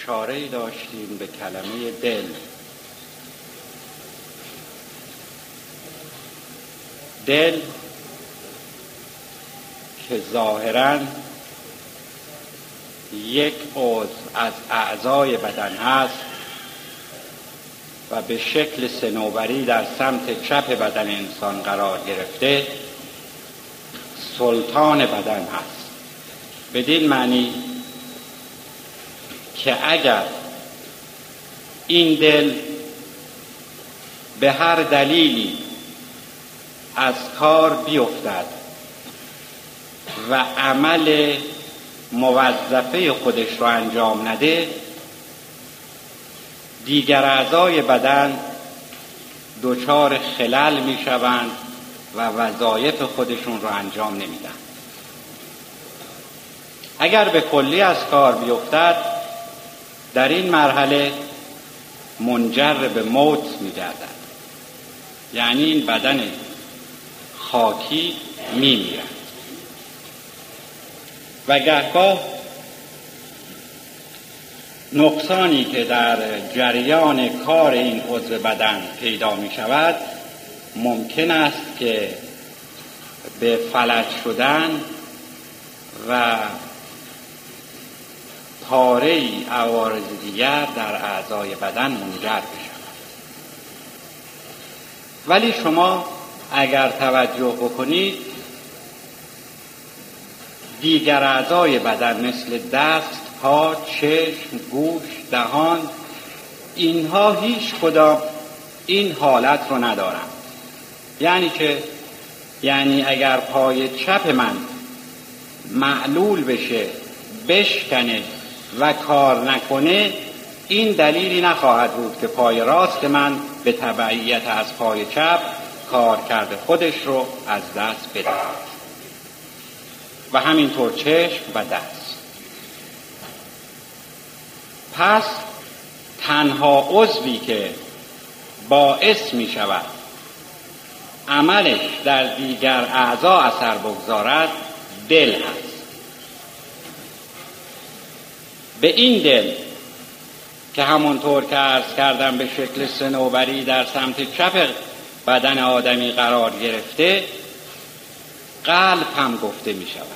اشاره‌ای داشتیم به کلمه دل. دل که ظاهراً یک عضو از اعضای بدن هست و به شکل صنوبری در سمت چپ بدن انسان قرار گرفته، سلطان بدن هست. بدین معنی که اگر این دل به هر دلیلی از کار بیفتد و عمل موظفه خودش رو انجام نده، دیگر اعضای بدن دچار خلل می شوند و وظایف خودشون رو انجام نمیدن. اگر به کلی از کار بیفتد، در این مرحله منجر به موت می گردد. یعنی این بدن خاکی می میرد. و گهگاه نقصانی که در جریان کار این عضو بدن پیدا می شود ممکن است که به فلج شدن و پاره‌ای عوارض دیگر در اعضای بدن منجر بشود. ولی شما اگر توجه بکنید، دیگر اعضای بدن مثل دست، پا، چشم، گوش، دهان، اینها هیچ کدام این حالت رو ندارند. یعنی اگر پای چپ من معلول بشه، بشکنه و کار نکنه، این دلیلی نخواهد بود که پای راست من به تبعیت از پای چپ کار کرده خودش رو از دست بدهد. و همینطور چشم و دست. پس تنها عضوی که باعث می شود عملش در دیگر اعضا اثر بگذارد دل هست. به این دل که همونطور که عرض کردم به شکل صنوبری در سمت چپ بدن آدمی قرار گرفته، قلب هم گفته می شود.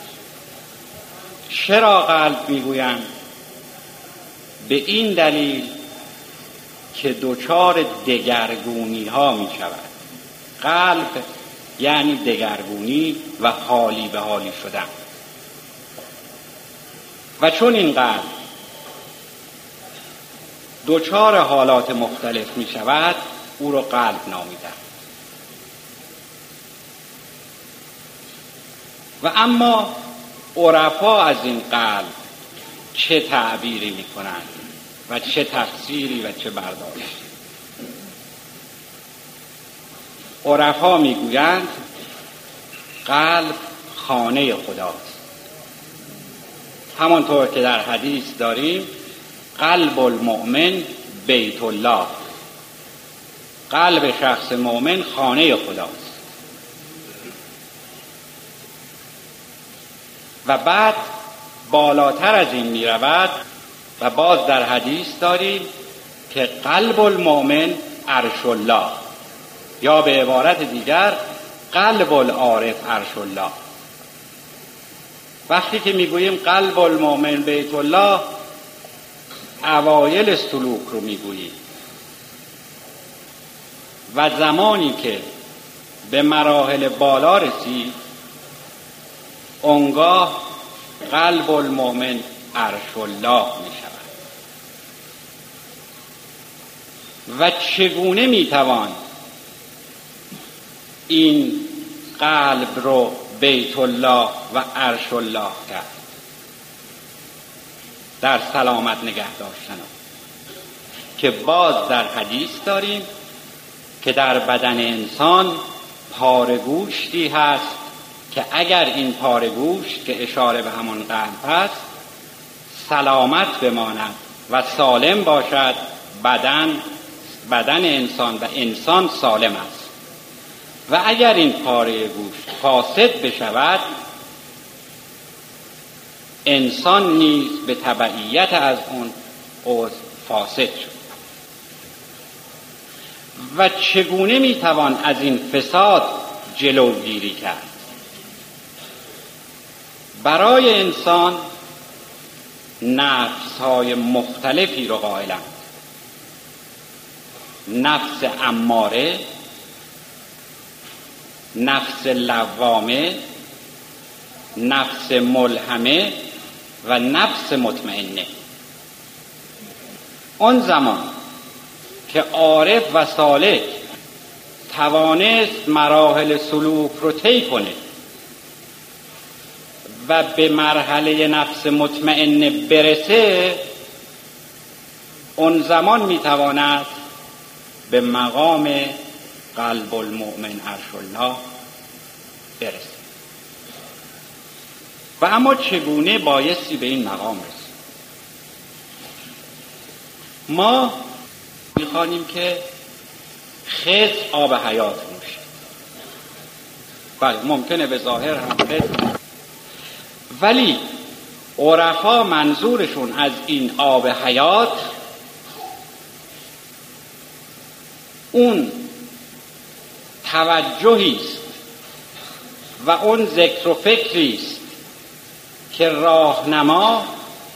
چرا قلب می گویند؟ به این دلیل که دچار دگرگونی ها می شود. قلب یعنی دگرگونی و حالی به حالی شدن. و چون این قلب دچار حالات مختلف می شود، او را قلب نامیدند. و اما عرفا از این قلب چه تعبیری می کنند و چه تفسیری و چه برداشتی؟ عرفا می گویند قلب خانه خداست. همانطور که در حدیث داریم قلب المؤمن بیت الله، قلب شخص مؤمن خانه خداست. و بعد بالاتر از این می رود و باز در حدیث داریم که قلب المؤمن عرش الله، یا به عبارت دیگر قلب العارف عرش الله. وقتی که می گوییم قلب المؤمن بیت الله، اوایل سلوک رو می گوییم و زمانی که به مراحل بالا رسید، اونگاه قلب المؤمن عرش الله می شود. و چگونه می توان این قلب رو بیت الله و عرش الله کرد؟ در سلامت نگه داشتن که باز در حدیث داریم که در بدن انسان پاره گوشتی هست که اگر این پاره گوشت که اشاره به همون قلب هست سلامت بماند و سالم باشد، بدن انسان و انسان سالم است. و اگر این پاره گوشت فاسد بشود، انسان نیز به تبعیت از اون عضو فاسد شد. و چگونه میتوان از این فساد جلوگیری کرد؟ برای انسان نفس‌های مختلفی رو قائلند: نفس اماره، نفس لوامه، نفس ملهمه و نفس مطمئنه. آن زمان که عارف و سالک توانست مراحل سلوک رو طی کنه و به مرحله نفس مطمئنه برسه، اون زمان میتواند به مقام قلب المؤمن عرش الله برسه. و اما چگونه بایستی به این مقام رسیم؟ ما میخوانیم که خضر آب حیات نوشید. بله، ممکنه به ظاهر هم خضر، ولی عرفا منظورشون از این آب حیات اون توجهی است و اون ذکر و فکری است که راهنما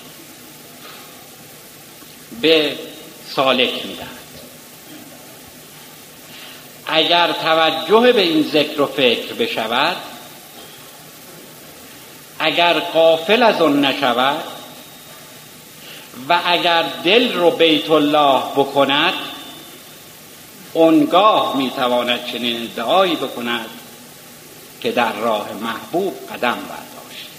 به سالک میدهد. اگر توجه به این ذکر و فکر بشود، اگر غافل از اون نشود و اگر دل رو بیت الله بکند، اونگاه میتواند چنین ادعایی بکند که در راه محبوب قدم برداشت.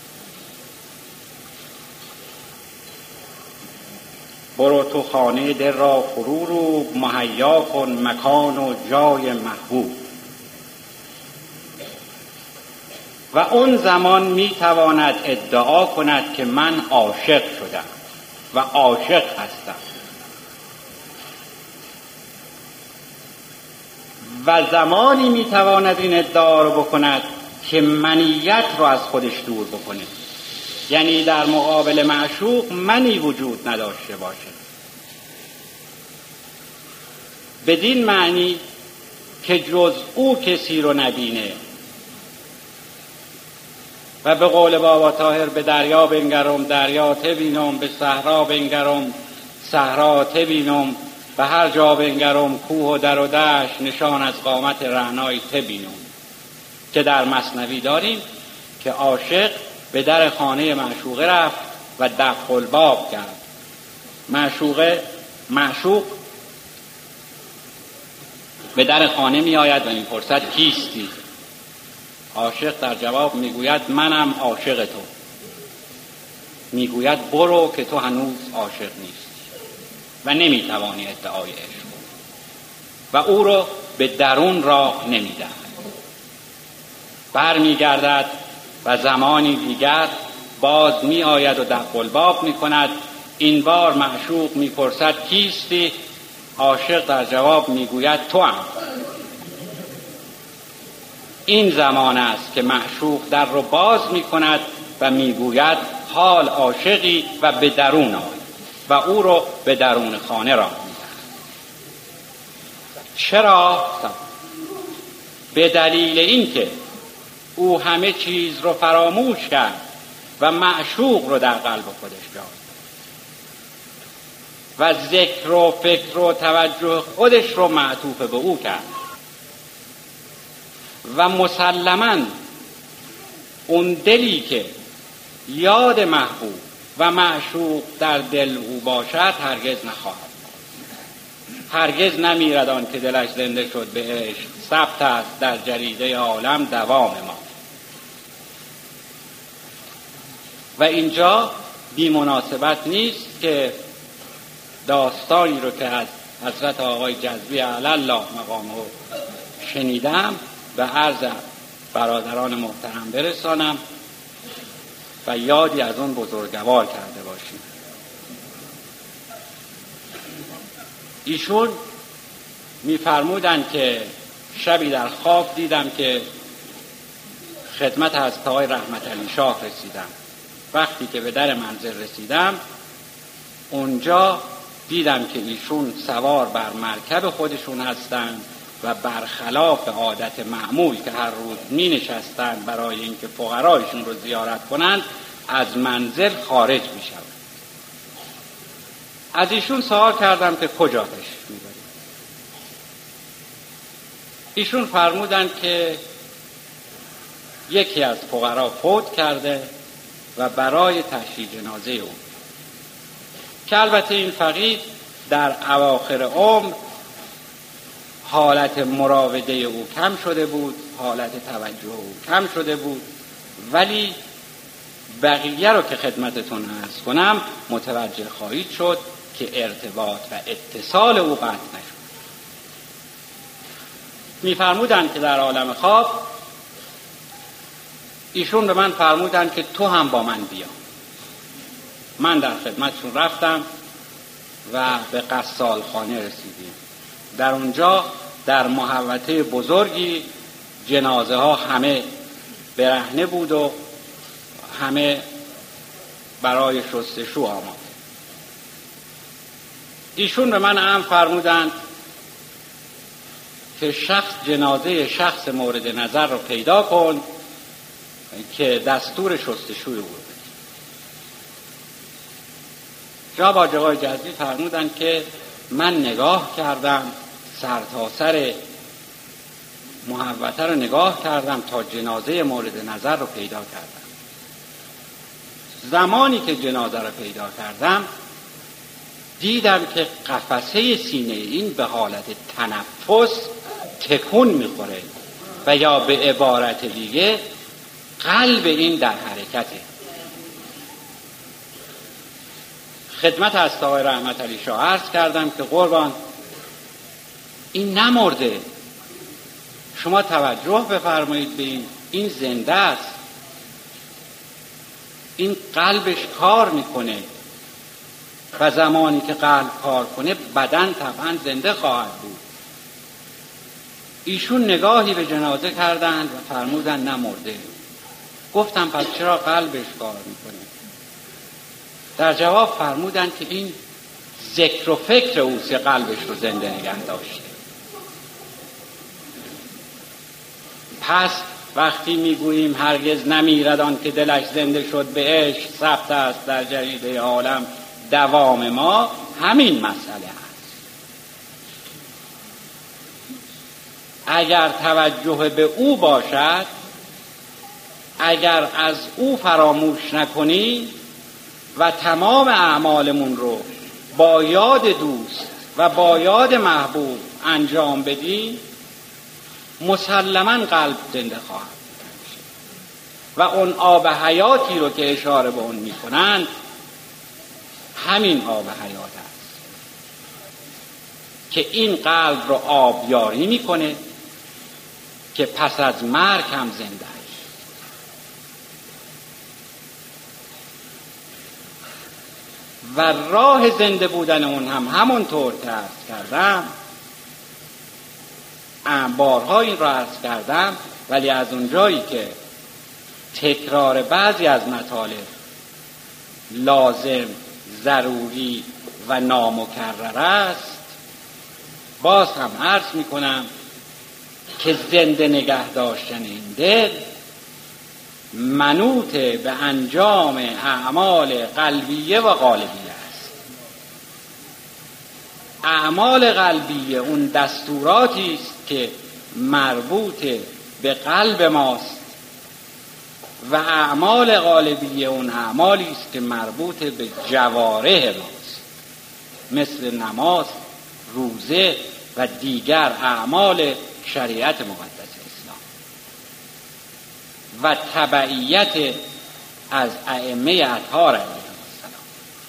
برو تو خانه دل را فرو رو، مهیا کن مکان و جای محبوب. و اون زمان میتواند ادعا کند که من عاشق شدم و عاشق هستم. و زمانی میتواند این ادعا رو بکند که منیت رو از خودش دور بکنه، یعنی در مقابل معشوق منی وجود نداشته باشه. بدین معنی که جز او کسی رو نبینه. و به قول بابا طاهر به دریا بنگرم دریا تبینم، به صحرا بنگرم صحرا تبینم، به هر جا بنگرم کوه و در و دشت، نشان از قامت رعنای تبینم. که در مثنوی داریم که عاشق به در خانه معشوقه رفت و دق الباب کرد. معشوق به در خانه می آید و این فرصت کیستی؟ عاشق در جواب میگوید منم عاشق تو. میگوید برو که تو هنوز عاشق نیستی و نمیتوانی ادعای عشق، و او رو به درون راه نمیدهد. برمیگردد و زمانی دیگر باز می آید و دق الباب می کند. این بار معشوق می پرسد کیستی؟ عاشق در جواب می گوید تو هم. این زمان است که معشوق در رو باز می کند و می گوید حال عاشقی و به درون آی، و او رو به درون خانه راه می دهد. چرا؟ به دلیل اینکه او همه چیز رو فراموش کرد و معشوق رو در قلب خودش جای و ذکر و فکر و توجه خودش رو معطوف به او کرد. و مسلماً اون دلی که یاد محبوب و معشوق در دل او باشد هرگز نخواهد، هرگز نمیرد آن که دلش زنده شد به عشق، ثبت است در جریده عالم دوام ما. و اینجا بی مناسبت نیست که داستانی رو که از حضرت آقای جذبی علی الله مقامه شنیدم و عرض برادران محترم برسانم و یادی از اون بزرگوار کرده باشیم. ایشون می‌فرمودند که شبی در خواب دیدم که خدمت حضرت آقای رحمت علی شاه رسیدم. وقتی که به در منزل رسیدم اونجا دیدم که ایشون سوار بر مرکب خودشون هستند و برخلاف عادت معمول که هر روز می نشستن برای اینکه فقرایشون رو زیارت کنند، از منزل خارج می شوند. از ایشون سوال کردم که کجا تشریف می برید؟ ایشون فرمودند که یکی از فقرا فوت کرده و برای تشییع جنازه او، که البته این فقیر در اواخر عمر حالت مراوده او کم شده بود، حالت توجه او کم شده بود، ولی بقیه رو که خدمتتون عرض کنم متوجه خواهید شد که ارتباط و اتصال او قطع نشد. می‌فرمودند که در عالم خواب ایشون به من فرمودند که تو هم با من بیا. من در خدمتشون رفتم و به قصال خانه رسیدیم. در اونجا در محوطه بزرگی جنازه ها همه برهنه بود و همه برای شستشو آمد. ایشون به من امر فرمودند که جنازه شخص مورد نظر رو پیدا کن که دستور شستشوی بود. جناب آقای جزی فرمودند که من نگاه کردم، سر تا سر محوطه رو نگاه کردم تا جنازه مورد نظر رو پیدا کردم. زمانی که جنازه رو پیدا کردم دیدم که قفسه سینه این به حالت تنفس تکون میخوره و یا به عبارت دیگه قلب این در حرکته. خدمت از آقای رحمت علی شاه عرض کردم که قربان این نمرده، شما توجه بفرمایید به این زنده است، این قلبش کار میکنه و زمانی که قلب کار کنه بدن طبعا زنده خواهد بود. ایشون نگاهی به جنازه کردند و فرمودند نمرده. گفتم پس چرا قلبش کار میکنه؟ در جواب فرمودند که این ذکر و فکر اوست که قلبش رو زنده نگه داشته. پس وقتی میگوییم هرگز نمیرد آن که دلش زنده شد به عشق، ثبت است در جریده عالم دوام ما، همین مسئله است. اگر توجه به او باشد، اگر از او فراموش نکنی و تمام اعمالمون رو با یاد دوست و با یاد محبوب انجام بدی، مسلماً قلب زنده خواهد و اون آب حیاتی رو که اشاره به اون میکنند همین آب حیات است که این قلب رو آبیاری میکنه که پس از مرگ هم زنده است. و راه زنده بودن اون هم همونطور که عرض کردم، بارها این را عرض کردم، ولی از اونجایی که تکرار بعضی از مطالب لازم، ضروری و نامکرر است، باز هم عرض میکنم که زنده نگه داشتن این دل منوط به انجام اعمال قلبیه و قالبیه است. اعمال قلبیه اون دستوراتی است که مربوط به قلب ماست و اعمال قالبیه اون اعمالی است که مربوط به جوارح ماست، مثل نماز، روزه و دیگر اعمال شریعت مقدس اسلام و تبعیت از ائمه اطهار علیهم السلام.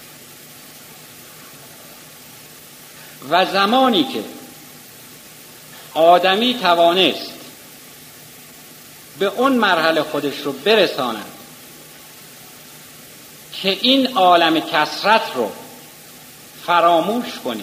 و زمانی که آدمی توانست به اون مرحله خودش رو برساند که این عالم کثرت رو فراموش کنه،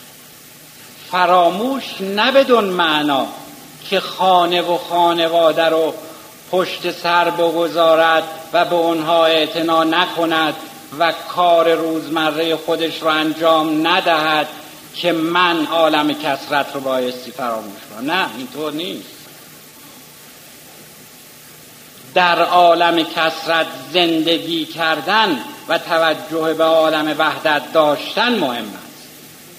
فراموش نه بدون معنا که خانه و خانواده رو پشت سر بگذارد و به اونها اعتنا نکند و کار روزمره خودش رو انجام ندهد که من عالم کثرت رو بایستی فراموش کنم. نه، اینطور نیست. در عالم کثرت زندگی کردن و توجه به عالم وحدت داشتن مهم است.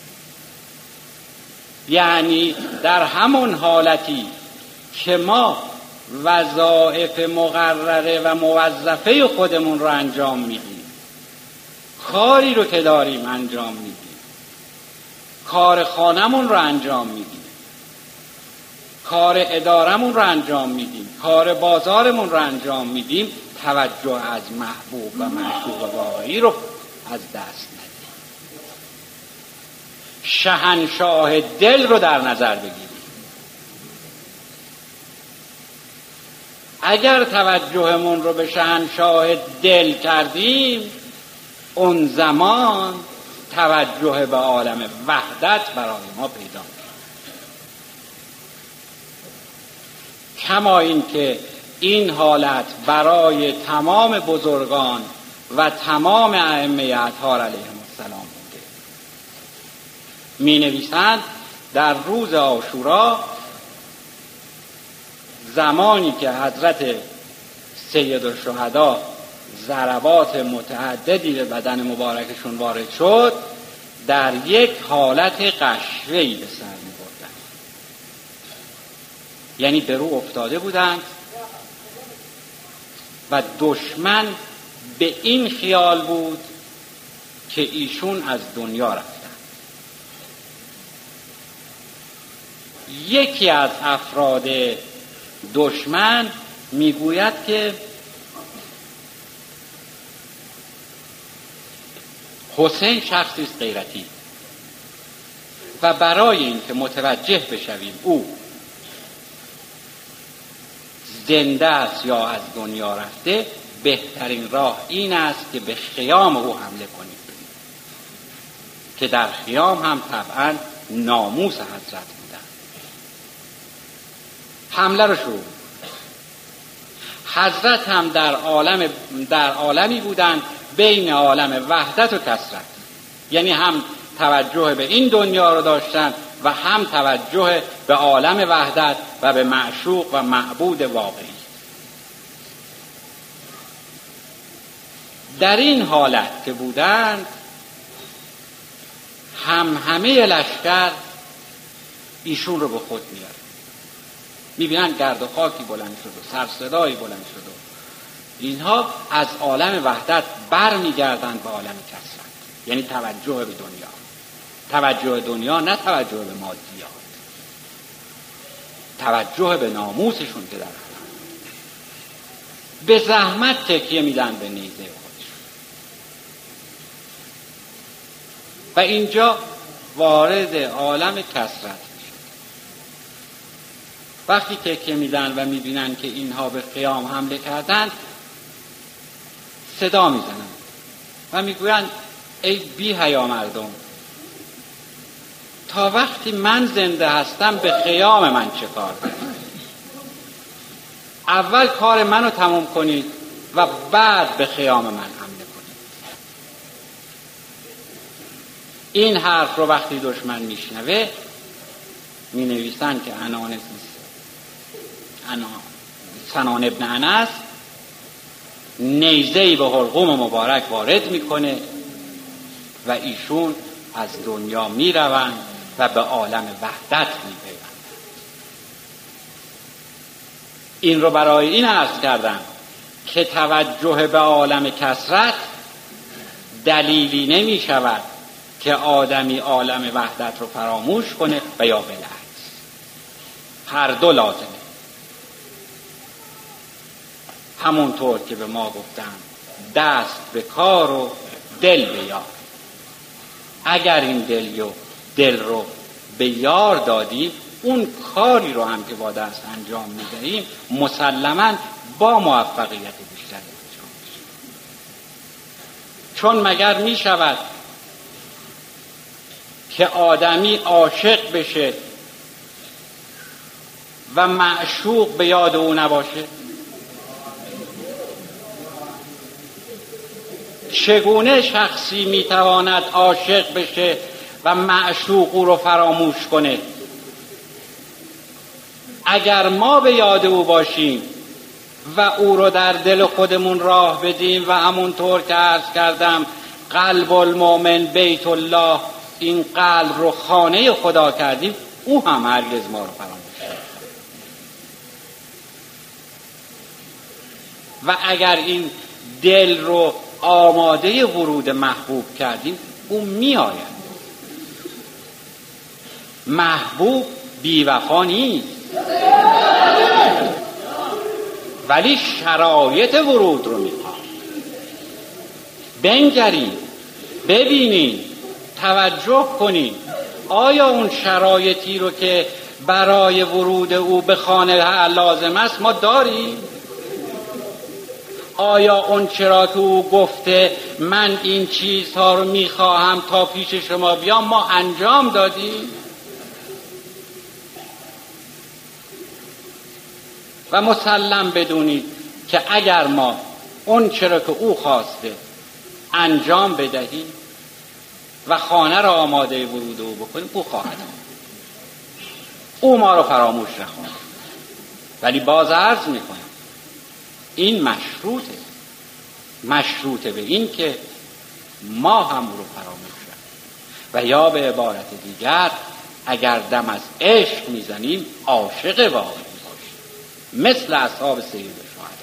یعنی در همون حالتی که ما وظایف مقرره و موظفه خودمون رو انجام میدیم، کاری رو که داریم انجام میدیم، کار خانمون رو انجام میدیم، کار ادارمون رو انجام میدیم، کار بازارمون رو انجام میدیم، توجه از محبوب و معشوق واقعی رو از دست ندیم. شهنشاه دل رو در نظر بگیریم. اگر توجهمون رو به شهنشاه دل کردیم، اون زمان توجه به عالم وحدت برای ما پیدا میشه. کما این که این حالت برای تمام بزرگان و تمام ائمه اطهار علیهم السلام بوده. می نویسند در روز عاشورا، زمانی که حضرت سیدالشهدا ضربات متعددی به بدن مبارکشون وارد شد، در یک حالت قشوه‌ای به سر می بردن. یعنی به رو افتاده بودند و دشمن به این خیال بود که ایشون از دنیا رفتن. یکی از افراد دشمن میگوید که حسین شخصی است غیرتی و برای اینکه متوجه بشویم او زنده است یا از دنیا رفته، بهترین راه این است که به خیام او حمله کنیم، که در خیام هم طبعا ناموس حضرت بودن. حمله رو شروع. حضرت هم در عالمی بودند بین عالم وحدت و کثرت، یعنی هم توجه به این دنیا رو داشتن و هم توجه به عالم وحدت و به معشوق و معبود واقعی. در این حالت که بودند، همه لشکر ایشون رو به خود میاره. میبینن گرد و خاکی بلند شد و سرصدایی بلند شد و اینها از عالم وحدت بر میگردن به عالم کثرت، یعنی توجه به دنیا. توجه دنیا، نه توجه به مادیات، توجه به ناموسشون که در حالم. به زحمت تکیه میدن به نیزه خودشون و اینجا وارد عالم کثرت. وقتی تکیه میدن و میبینن که اینها به قیام حمله کردن، صدا میزنن و میگوین ای بی حیا مردم، تا وقتی من زنده هستم به قیام من چه کار دارید؟ اول کار منو تموم کنید و بعد به قیام من حمله کنید. این حرف رو وقتی دشمن میشنوه، می نویسن که سنان ابن انس نیزه‌ای به حلقوم مبارک وارد میکنه و ایشون از دنیا میروند و به عالم وحدت میپیوندند. این رو برای این عرض کردم که توجه به عالم کثرت دلیلی نمی شود که آدمی عالم وحدت رو فراموش کنه و یا بالعکس. هر دو لازمه. همونطور که به ما گفتم دست به کار و دل به یار. اگر این دل رو به یار دادیم، اون کاری رو هم که با دست انجام میدهیم مسلماً با موفقیت بیشتری انجام میشه. چون مگر میشود که آدمی عاشق بشه و معشوق به یاد او نباشه؟ چگونه شخصی میتواند عاشق بشه و معشوق او رو فراموش کنه؟ اگر ما به یاد او باشیم و او رو در دل خودمون راه بدیم و همونطور که عرض کردم قلب المؤمن بیت الله، این قلب رو خانه خدا کردیم، او هم هرگز ما رو فراموش نمی‌کنه. و اگر این دل رو آماده ورود محبوب کردیم، او میآید. محبوب بی‌وفا نیست، ولی شرایط ورود رو میخواد. بنگرین، ببینین، توجه کنین آیا اون شرایطی رو که برای ورود او به خانه لازم است ما داریم؟ آیا اون چرا که او گفته من این چیزها رو میخواهم تا پیش شما بیام ما انجام دادیم؟ و مسلم بدونید که اگر ما اون چرا که او خواسته انجام بدهیم و خانه را آماده ورود او بکنیم، او خواهد. او ما رو فراموش نخواهد. ولی باز عرض میکنم این مشروطه به این که ما هم او رو فراموش نکنیم و یا به عبارت دیگر اگر دم از عشق میزنیم عاشق واقعی مثل اصحاب سید الشهدا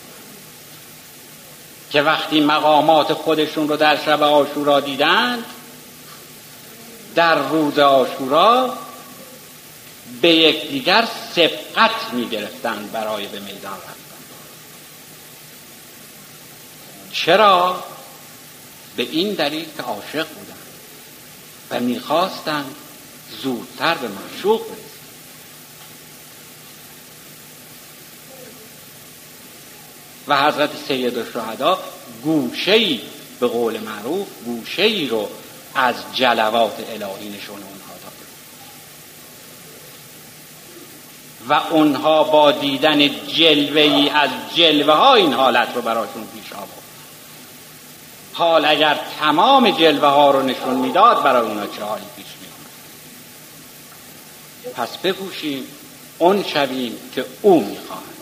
که وقتی مقامات خودشون رو در شب عاشورا دیدند، در روز عاشورا به یکدیگر سبقت می‌گرفتند برای به میدان رفتن. چرا؟ به این دلیل که عاشق بودند و می‌خواستند زودتر به معشوق برسند. و حضرت سید الشهدا گوشه‌ای به قول معروف گوشه‌ای رو از جلوات الهی نشون اونها داد و اونها با دیدن جلوه‌ای از جلوه ها این حالت رو براشون پیش آورد. حال اگر تمام جلوه ها رو نشون میداد برای اونها چه حالی پیش می‌آمد؟ پس بکوشیم اون شویم که او می‌خواهد.